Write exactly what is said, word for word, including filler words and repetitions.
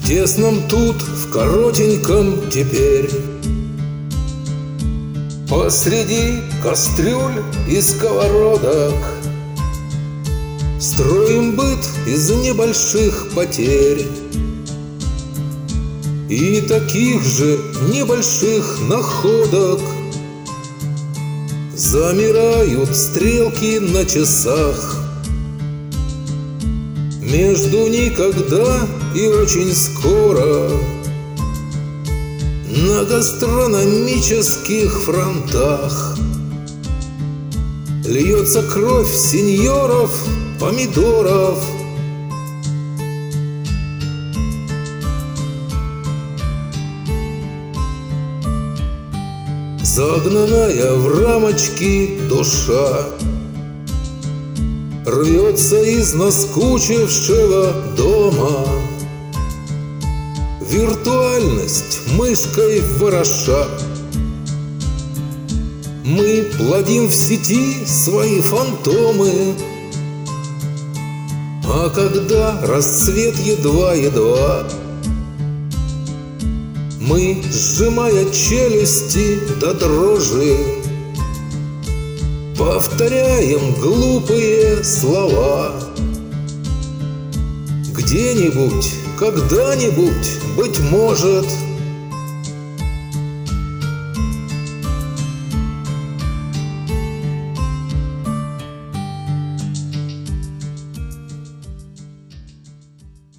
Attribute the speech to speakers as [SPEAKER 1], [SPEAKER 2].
[SPEAKER 1] В тесном тут, в коротеньком теперь, посреди кастрюль и сковородок строим быт из небольших потерь и таких же небольших находок. Замирают стрелки на часах между никогда и очень скоро. На гастрономических фронтах льется кровь сеньоров помидоров. Загнанная в рамочки душа рвется из наскучившего дома. Виртуальность мышкой вороша мы плодим в сети свои фантомы. А когда расцвет едва-едва, мы, сжимая челюсти до дрожи, повторяем глупые слова. Где-нибудь, когда-нибудь, быть может,